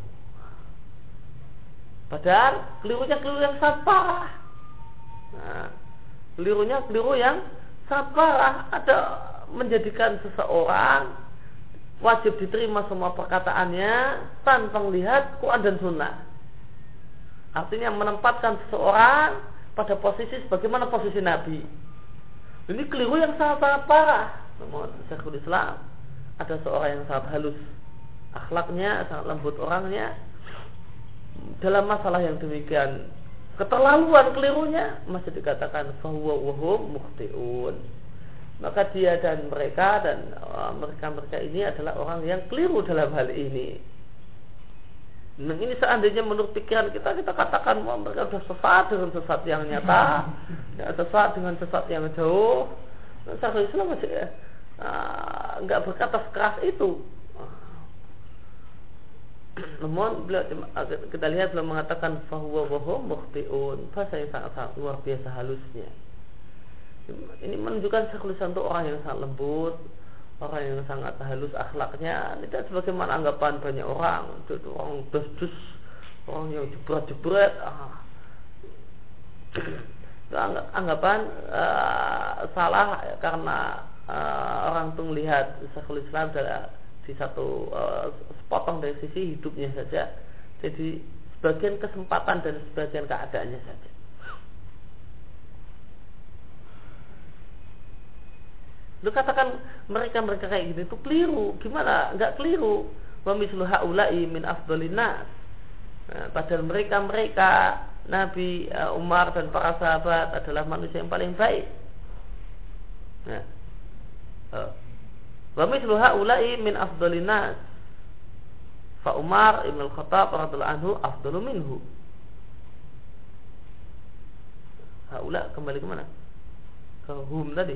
Padahal kelirunya keliru yang sangat parah. Kelirunya keliru yang sangat parah. Ada menjadikan seseorang wajib diterima semua perkataannya tanpa melihat Quran dan Sunnah. Artinya menempatkan seseorang pada posisi sebagaimana posisi Nabi. Ini keliru yang sangat-sangat parah. Namun Syekhul Islam ada seorang yang sangat halus akhlaknya, sangat lembut orangnya, dalam masalah yang demikian keterlaluan kelirunya masih dikatakan fahuwa wahum mukhti'un. Maka dia dan mereka mereka ini adalah orang yang keliru dalam hal ini. Nah, ini seandainya menurut pikiran kita katakan mereka sudah sesat dengan sesat yang nyata, sesat dengan sesat yang jauh. Syekhul Islam masih enggak berkata sekeras itu. Namun kita lihat beliau mengatakan fahuwa wahum mukhti'un, bahasa yang sangat luar biasa halusnya. ini menunjukkan sekalian untuk orang yang sangat lembut, orang yang sangat halus akhlaknya, tidak sebagaimana anggapan banyak orang, itu orang dus-dus, orang yang jebret-jebret. Anggapan salah karena orang itu melihat Syekhul Islam di satu sepotong dari sisi hidupnya saja, jadi sebagian kesempatan dan sebagian keadaannya saja. Lu katakan mereka kayak gitu itu keliru. Gimana? Enggak keliru. Wa mislu haula'i min afdhalin nas. Padahal mereka Nabi Umar dan para sahabat adalah manusia yang paling baik. Wa mislu haula'i min afdhalin nas. Fa Umar ibn al-Khattab radhiyallahu anhu afdalu minhu. Haula kembali ke mana? Ke hum tadi.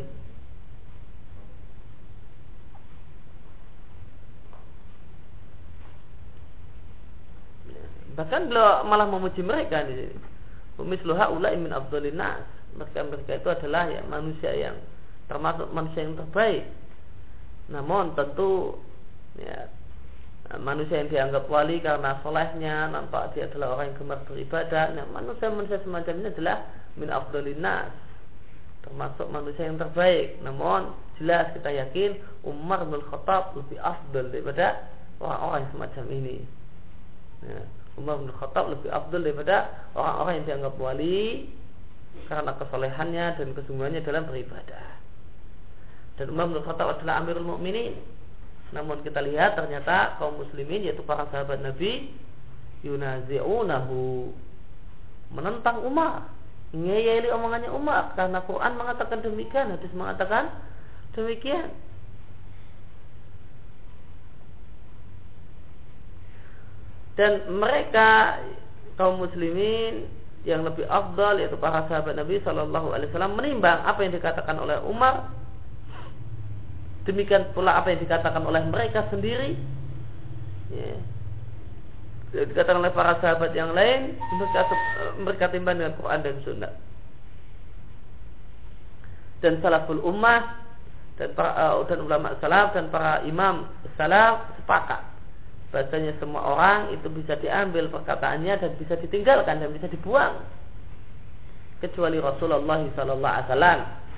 Bahkan beliau malah memuji mereka di sini. Mislu haula'i min afdhalin nas. Mereka itu adalah ya manusia yang termasuk manusia yang terbaik. Namun tentu ya manusia yang dianggap wali karena solehnya, nampak dia adalah orang yang gemar beribadah. Nah, manusia semacam ini adalah min afdhalin nas, termasuk manusia yang terbaik. Namun jelas kita yakin Umar bin Khattab lebih afdal daripada orang-orang yang semacam ini. Ya, Umar bin Khattab lebih afdal daripada orang-orang yang dianggap wali karena kesolehannya dan kesungguhannya dalam beribadah. Dan Umar bin Khattab adalah Amirul Mukminin. Namun kita lihat ternyata kaum muslimin, yaitu para sahabat Nabi, yunazi'unahu, menentang Umar, ngeyeli omongannya Umar, karena Quran mengatakan demikian, hadis mengatakan demikian. Dan mereka kaum muslimin yang lebih afdal, yaitu para sahabat Nabi sallallahu alaihi wasallam, menimbang apa yang dikatakan oleh Umar, demikian pula apa yang dikatakan oleh mereka sendiri, ya, yang dikatakan oleh para sahabat yang lain. Mereka timbang dengan Quran dan Sunnah. Dan salaful ummah dan ulama salaf dan para imam salaf sepakat bahasanya semua orang itu bisa diambil perkataannya dan bisa ditinggalkan dan bisa dibuang, kecuali Rasulullah sallallahu alaihi wasallam.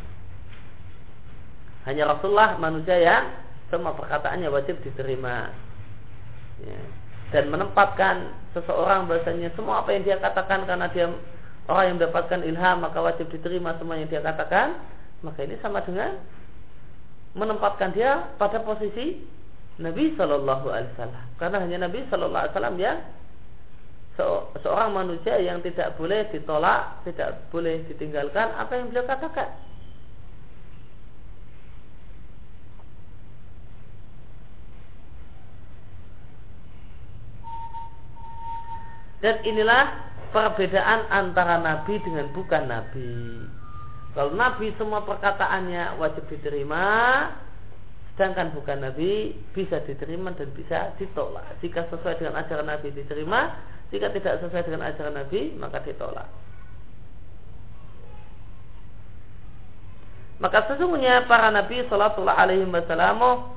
Hanya Rasulullah manusia yang semua perkataannya wajib diterima, ya. Dan menempatkan seseorang bahasanya semua apa yang dia katakan karena dia orang yang mendapatkan ilham maka wajib diterima semua yang dia katakan, maka ini sama dengan menempatkan dia pada posisi Nabi Sallallahu Alaihi Wasallam, karena hanya Nabi Sallallahu Alaihi Wasallam yang seorang manusia yang tidak boleh ditolak, tidak boleh ditinggalkan apa yang beliau katakan. Dan inilah perbedaan antara Nabi dengan bukan Nabi. Kalau Nabi semua perkataannya wajib diterima, sedangkan bukan Nabi bisa diterima dan bisa ditolak. Jika sesuai dengan ajaran Nabi diterima, jika tidak sesuai dengan ajaran Nabi maka ditolak. Maka sesungguhnya para Nabi sallallahu alaihi wasallam,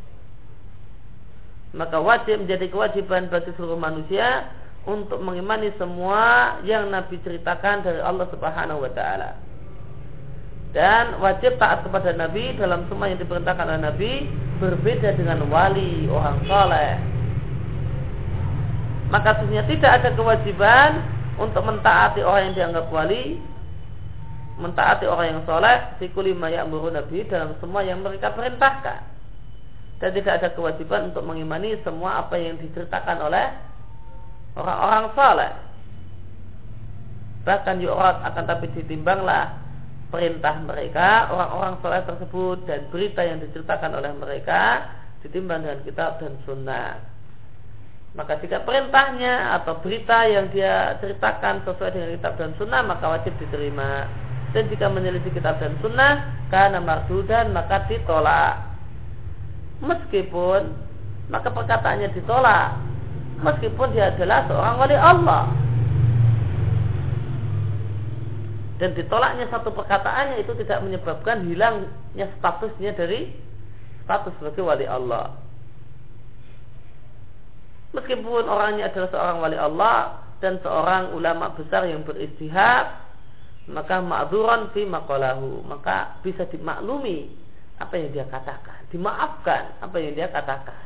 maka wajib menjadi kewajiban bagi seluruh manusia untuk mengimani semua yang Nabi ceritakan dari Allah Subhanahu wa taala. Dan wajib taat kepada Nabi dalam semua yang diperintahkan oleh Nabi, berbeda dengan wali, orang saleh. Maka sesungguhnya tidak ada kewajiban untuk mentaati orang yang dianggap wali, mentaati orang yang saleh, fi kulli ma ya'muru Nabi, dalam semua yang mereka perintahkan. Dan tidak ada kewajiban untuk mengimani semua apa yang diceritakan oleh orang-orang saleh. Bahkan yu'rad, akan tapi ditimbanglah perintah mereka, orang-orang saleh tersebut, dan berita yang diceritakan oleh mereka ditimbang dengan kitab dan sunnah. Maka jika perintahnya atau berita yang dia ceritakan sesuai dengan kitab dan sunnah, maka wajib diterima. Dan jika menyelisih kitab dan sunnah, kana mardudan, maka ditolak. Meskipun maka perkataannya ditolak, meskipun dia adalah seorang wali Allah. Dan ditolaknya satu perkataannya itu tidak menyebabkan hilangnya statusnya dari status sebagai wali Allah. Meskipun orangnya adalah seorang wali Allah dan seorang ulama besar yang beristihad, maka ma'dzuran fi maqalahu, maka bisa dimaklumi apa yang dia katakan, dimaafkan apa yang dia katakan.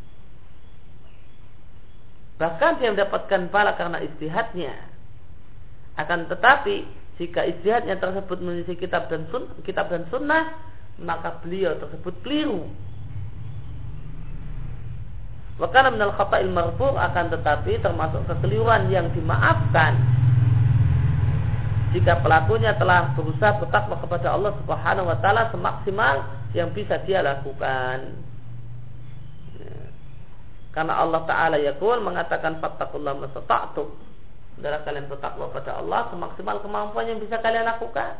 Bahkan dia mendapatkan pahala karena istihadnya. Akan tetapi jika ijtihadnya tersebut menyelisih kitab dan sunnah, maka beliau tersebut keliru. Wa kana minal khata'il marfu', akan tetapi termasuk kekeliruan yang dimaafkan jika pelakunya telah berusaha bertakwa kepada Allah Subhanahu wa taala semaksimal yang bisa dia lakukan. Karena Allah Ta'ala yaqul, mengatakan fattaqullaha mastata'tum, adalah kalian bertakwa pada Allah semaksimal kemampuan yang bisa kalian lakukan.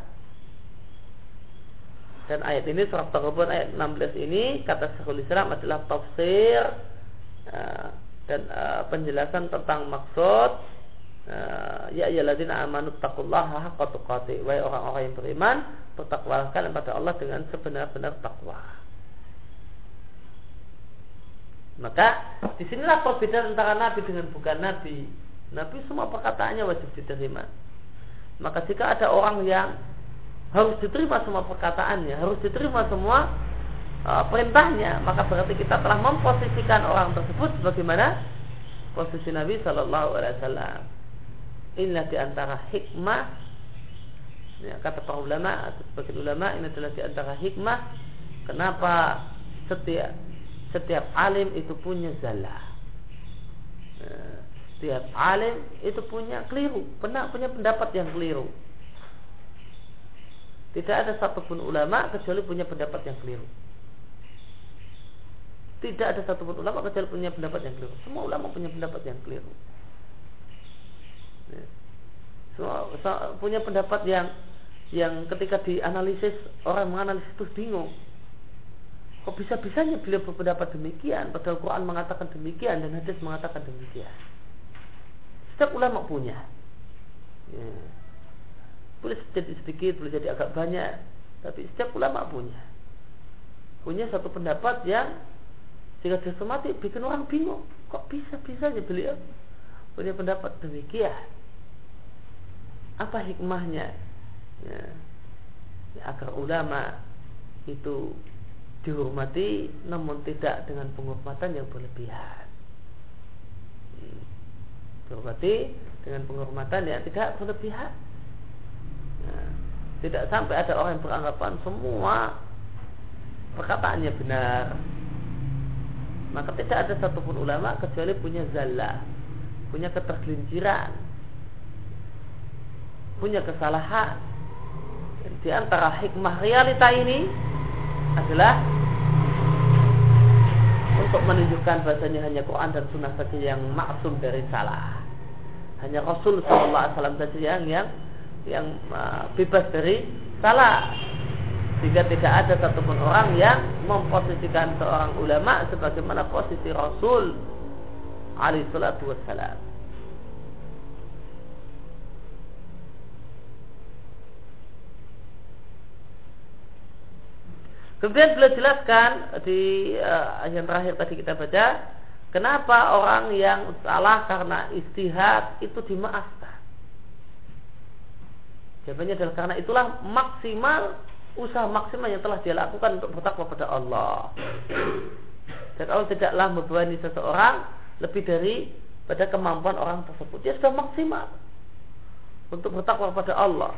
Dan ayat ini, surat Taghabun ayat 16 ini, kata Syekhul Islam, adalah tafsir dan penjelasan tentang maksud ya ayyuhalladzina amanu taqullaha haqqa tuqatih, wahai orang-orang yang beriman, bertakwalah kalian pada Allah dengan sebenar-benar takwa. Maka disinilah perbedaan antara nabi dengan bukan nabi. Nabi semua perkataannya wajib diterima. Maka jika ada orang yang harus diterima semua perkataannya, harus diterima semua perintahnya, maka berarti kita telah memposisikan orang tersebut sebagaimana posisi Nabi Sallallahu Alaihi Wasallam. Inilah diantara hikmah, ya, kata para ulama atau sebagian ulama, ini adalah diantara hikmah kenapa setiap alim itu punya zallah. Setiap alim itu punya keliru, punya pendapat yang keliru. Tidak ada satupun ulama kecuali punya pendapat yang keliru. Tidak ada satupun ulama kecuali punya pendapat yang keliru. Semua ulama punya pendapat yang keliru. Semua punya pendapat yang ketika dianalisis, orang menganalisis itu bingung. Kok bisa-bisanya beliau berpendapat demikian, padahal Quran mengatakan demikian dan hadis mengatakan demikian. Setiap ulama punya, ya. Boleh jadi sedikit, boleh jadi agak banyak, tapi setiap ulama punya satu pendapat yang jika dicermati bikin orang bingung. Kok bisa-bisanya beliau punya pendapat demikian? Apa hikmahnya? Ya, agar ulama itu dihormati, namun tidak dengan penghormatan yang berlebihan. Berarti dengan penghormatan yang tidak berlebihan. Nah, tidak sampai ada orang yang beranggapan semua perkataannya benar. Maka tidak ada satupun ulama kecuali punya zallah, punya ketergelinciran, punya kesalahan. Di antara hikmah realita ini adalah untuk menunjukkan bahasanya hanya Quran dan Sunnah saja yang maksum dari salah. Hanya Rasul Sallallahu Alaihi Wasallam saja yang bebas dari salah. Sehingga tidak ada satupun orang yang memposisikan seorang ulama sebagaimana posisi Rasul alaihi salatu wassalam. Kemudian beliau jelaskan di ayat terakhir tadi kita baca, kenapa orang yang salah karena ijtihad itu dimaafkan. Jawabannya adalah karena itulah usaha maksimal yang telah dia lakukan untuk bertakwa pada Allah. Dan Allah tidaklah membebani seseorang lebih dari pada kemampuan orang tersebut. Dia sudah maksimal untuk bertakwa pada Allah.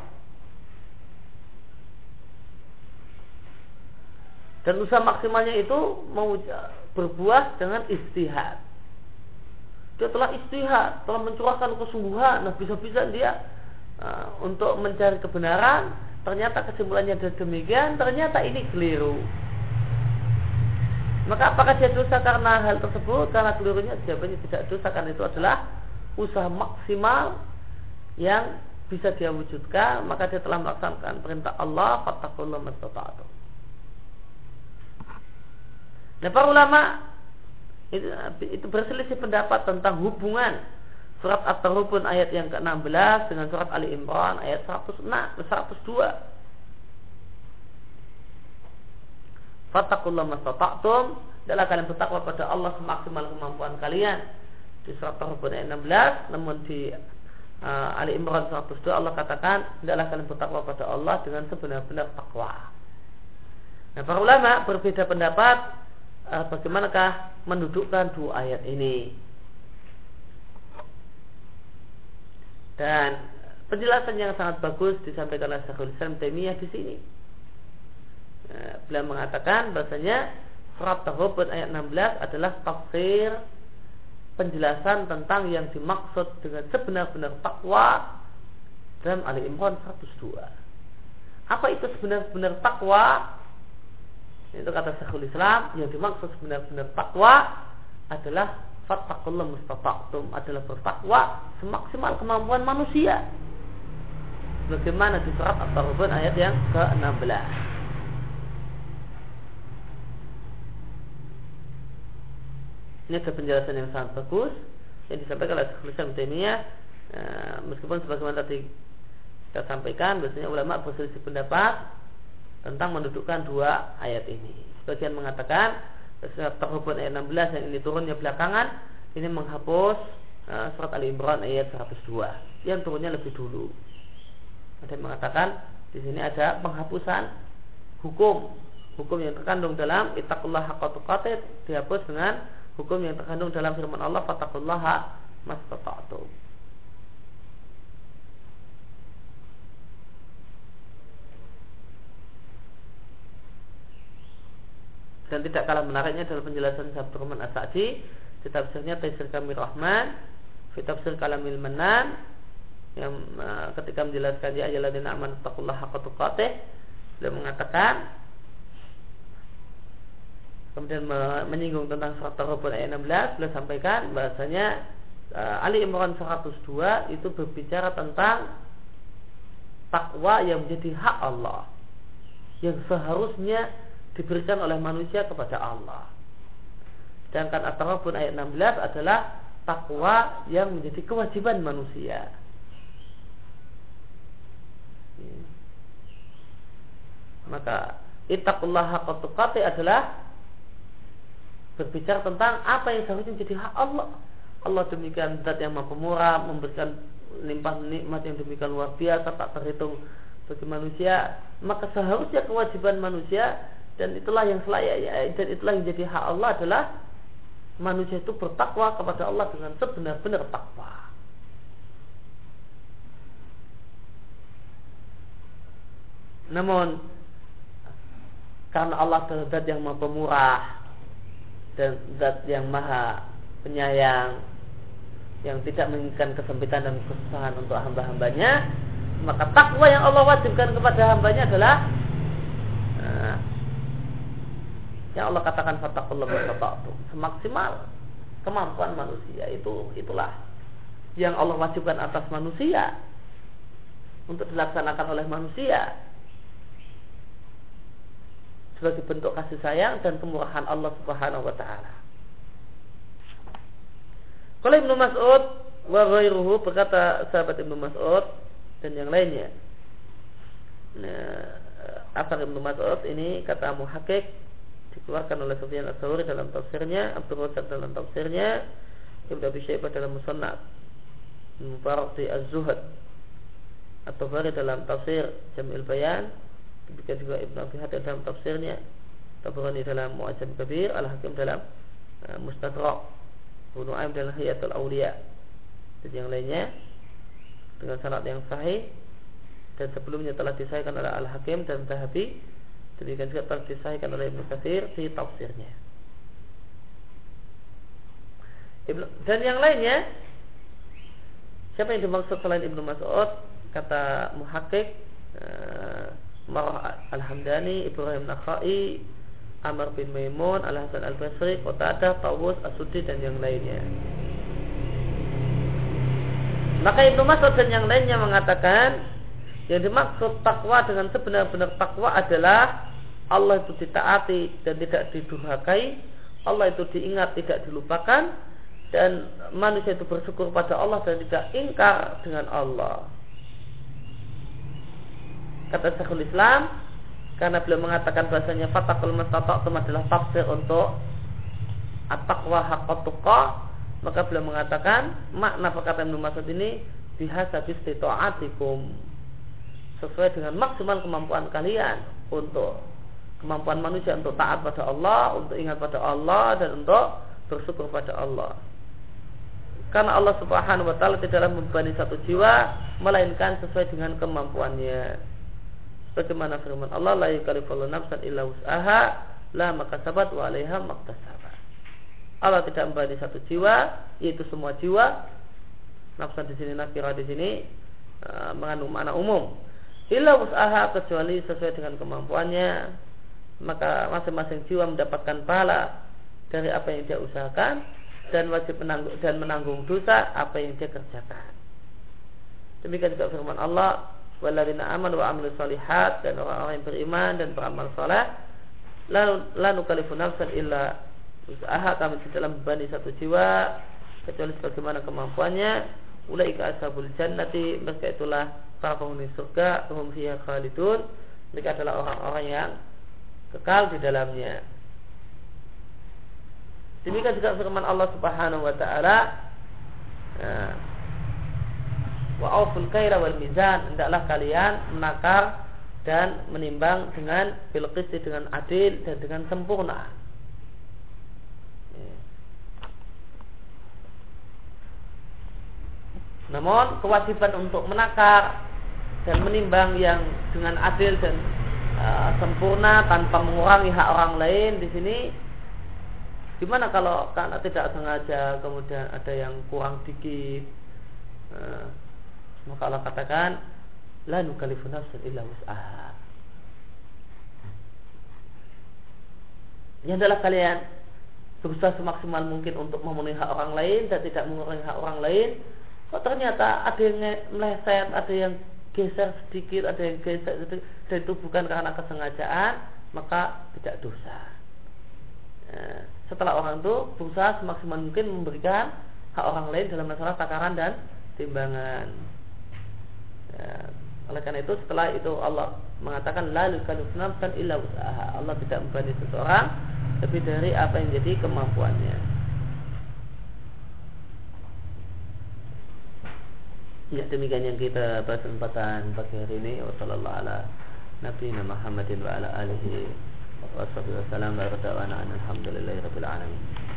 Dan usaha maksimalnya itu mau berbuah dengan ijtihad. Dia telah ijtihad, telah mencurahkan kesungguhan. Nah, bisa-bisa dia untuk mencari kebenaran, ternyata kesimpulannya demikian, ternyata ini keliru. Maka apakah dia dosa karena hal tersebut? Karena kelirunya? Jawabannya tidak dosa, karena itu adalah usaha maksimal yang bisa dia wujudkan. Maka dia telah melaksanakan perintah Allah, fattaqullaha mastata'tum. Nah, para ulama itu berselisih pendapat tentang hubungan surat At-Taghabun ayat yang ke-16 dengan surat Ali Imran ayat 102. Fattaqullaha mastata'tum, adalah kalian bertakwa pada Allah semaksimal kemampuan kalian. Di surat At-Taghabun ayat 16, namun di Ali Imran 102 Allah katakan, adalah kalian bertakwa pada Allah dengan sebenar-benar takwa. Nah, para ulama berbeda pendapat bagaimanakah mendudukkan dua ayat ini. Dan penjelasan yang sangat bagus disampaikan oleh Syekhul Islam Taimiyah di sini. Beliau mengatakan bahasanya surat At-Taghabun ayat 16 adalah tafsir penjelasan tentang yang dimaksud dengan sebenar-benar takwa dalam Ali Imran 102. Apa itu sebenar-benar takwa? Itu kata Syekhul Islam, yang dimaksud sebenar-benar takwa adalah fattaqullaha mastata'tum, adalah bertakwa semaksimal kemampuan manusia. Bagaimana di surat At-Taghabun ayat yang ke-16. Ini ada penjelasan yang sangat bagus yang disampaikan oleh Syekhul Islam Taimiyah. Meskipun sebagaimana tadi kita sampaikan, biasanya ulama berselisih pendapat tentang mendudukkan dua ayat ini. Sebagian mengatakan surat At-Taghabun ayat 16 yang ini turunnya belakangan, ini menghapus surat Ali Imran ayat 102 yang turunnya lebih dulu. Ada yang mengatakan di sini ada penghapusan hukum yang terkandung dalam ittaqullaha haqqa tuqatih dihapus dengan hukum yang terkandung dalam firman Allah fattaqullaha mastata'tum. Dan tidak kalah menariknya adalah penjelasan Syekh Abdurrahman As-Sa'di di tafsirnya Taisir Kamil Rahman fi tafsir Kalamil Manan, yang ketika menjelaskan ya ayyuhalladzina amanu taqullaha haqqa tuqatih, beliau mengatakan, kemudian menyinggung tentang surat At-Taghabun ayat 16, beliau sampaikan bahasanya Ali Imran 102 itu berbicara tentang takwa yang menjadi hak Allah, yang seharusnya diberikan oleh manusia kepada Allah. Sedangkan At-Taghabun ayat 16 adalah takwa yang menjadi kewajiban manusia. Maka ittaqullaha haqqa tuqatih adalah berbicara tentang apa yang seharusnya menjadi hak Allah. Allah demikian zat yang maha pemurah, memberikan limpah nikmat yang demikian luar biasa tak terhitung bagi manusia. Maka seharusnya kewajiban manusia, dan itulah yang selayaknya, dan itulah yang jadi hak Allah, adalah manusia itu bertakwa kepada Allah dengan sebenar-benar takwa. Namun karena Allah adalah zat yang maha pemurah dan zat yang maha penyayang, yang tidak menginginkan kesempitan dan kesusahan untuk hamba-hambanya, maka takwa yang Allah wajibkan kepada hambanya adalah yang Allah katakan fattaqullaha mastata'tum, semaksimal kemampuan manusia. Itulah yang Allah wajibkan atas manusia untuk dilaksanakan oleh manusia sebagai bentuk kasih sayang dan kemurahan Allah Subhanahu wa taala. Kalau Ibnu Mas'ud wa ghairuhu, berkata sahabat Ibnu Mas'ud dan yang lainnya. Asar Ibnu Mas'ud ini kata Muhaqqiq dikeluarkan oleh Sufyan Ats-Tsauri dalam tafsirnya, Abdul Razak dalam tafsirnya, Ibnu Abi Syaibah dalam Musannaf, Mubarak di Az-Zuhd, At-Tabari dalam tafsir Jam'il Bayan, demikian juga Ibnu Abi Hatim dalam tafsirnya, Tabarani dalam Mu'jam Kabir, Al-Hakim dalam Mustadrak, Ibnu Nu'aim dalam Hiyatul Awliya, dan yang lainnya dengan sanad yang sahih, dan sebelumnya telah disahihkan oleh Al-Hakim dan Zahabi. Demikian juga telah disahihkan oleh Ibnu Katsir di tafsirnya. Dan yang lainnya, siapa yang dimaksud selain Ibnu Mas'ud? Kata Muhaqqiq, Marah Al-Hamdani, Ibrahim Nakhai, Amr bin Maimun, Al-Hasan Al-Basri, Qatadah, Tawus, As-Suddi dan yang lainnya. Maka Ibnu Mas'ud dan yang lainnya mengatakan, yang dimaksud takwa dengan sebenar-benar takwa adalah Allah itu ditaati dan tidak didurhakai, Allah itu diingat tidak dilupakan, dan manusia itu bersyukur pada Allah dan tidak ingkar dengan Allah. Kata Syekhul Islam, karena beliau mengatakan bahasanya fatakul mastata'tum adalah tafsir untuk at-taqwa haqqat tuqah, maka beliau mengatakan makna perkataan Ibnu Mas'ud ini bihasabi istita'atikum, sesuai dengan maksimal kemampuan kalian, untuk kemampuan manusia untuk taat pada Allah, untuk ingat pada Allah, dan untuk bersyukur pada Allah. Karena Allah Subhanahu wa ta'ala tidaklah membebani satu jiwa melainkan sesuai dengan kemampuannya. Sebagaimana firman Allah, la yukallifullahu nafsan illa wus'aha, la makasabat wa 'alaiha maktasabat. Allah tidak membebani satu jiwa, yaitu semua jiwa. Nafsan di sini, nakirah di sini mengandung makna umum. Illa wus'aha, kecuali sesuai dengan kemampuannya, maka masing-masing jiwa mendapatkan pahala dari apa yang dia usahakan dan wajib menanggung dosa apa yang dia kerjakan. Demikian juga firman Allah, walladzina amanu wa amilus shalihat, dan orang-orang yang beriman dan beramal saleh, la nukallifu nafsan illa wus'aha, kami tidak membebani satu jiwa kecuali sebagaimana kemampuannya. Ulaika ashabul jannati, mereka itulah para penghuni surga, hum fiha khalidun, mereka adalah orang-orang yang kekal di dalamnya. Demikian juga firman Allah Subhanahu wa ta'ala, wa auful kaila wal mizan, hendaklah kalian menakar dan menimbang dengan bil qisti, dengan adil dan dengan sempurna. Namun kewajiban untuk menakar dan menimbang yang dengan adil dan sempurna tanpa mengurangi hak orang lain di sini, gimana kalau karena tidak sengaja kemudian ada yang kurang dikit, maka Allah katakan la nukallifu nafsan illa wus'aha. Yang adalah kalian berusaha semaksimal mungkin untuk memenuhi hak orang lain dan tidak mengurangi hak orang lain. Kok ternyata ada yang meleset, ada yang geser sedikit, ada yang geser sedikit, dan itu bukan karena kesengajaan, maka tidak dosa. Setelah orang itu berusaha semaksimal mungkin memberikan hak orang lain dalam masalah takaran dan timbangan. Oleh karena itu setelah itu Allah mengatakan la yukallifu nafsan illa wus'aha. Allah tidak membebani seseorang lebih dari apa yang jadi kemampuannya. Ya, demikian yang kita bahas kesempatan pagi hari ini. Wassallallahu ala nabiyina Muhammadin wa ala alihi wa sahbihi wasallam wa rada'ana alhamdulillahi rabbil alamin.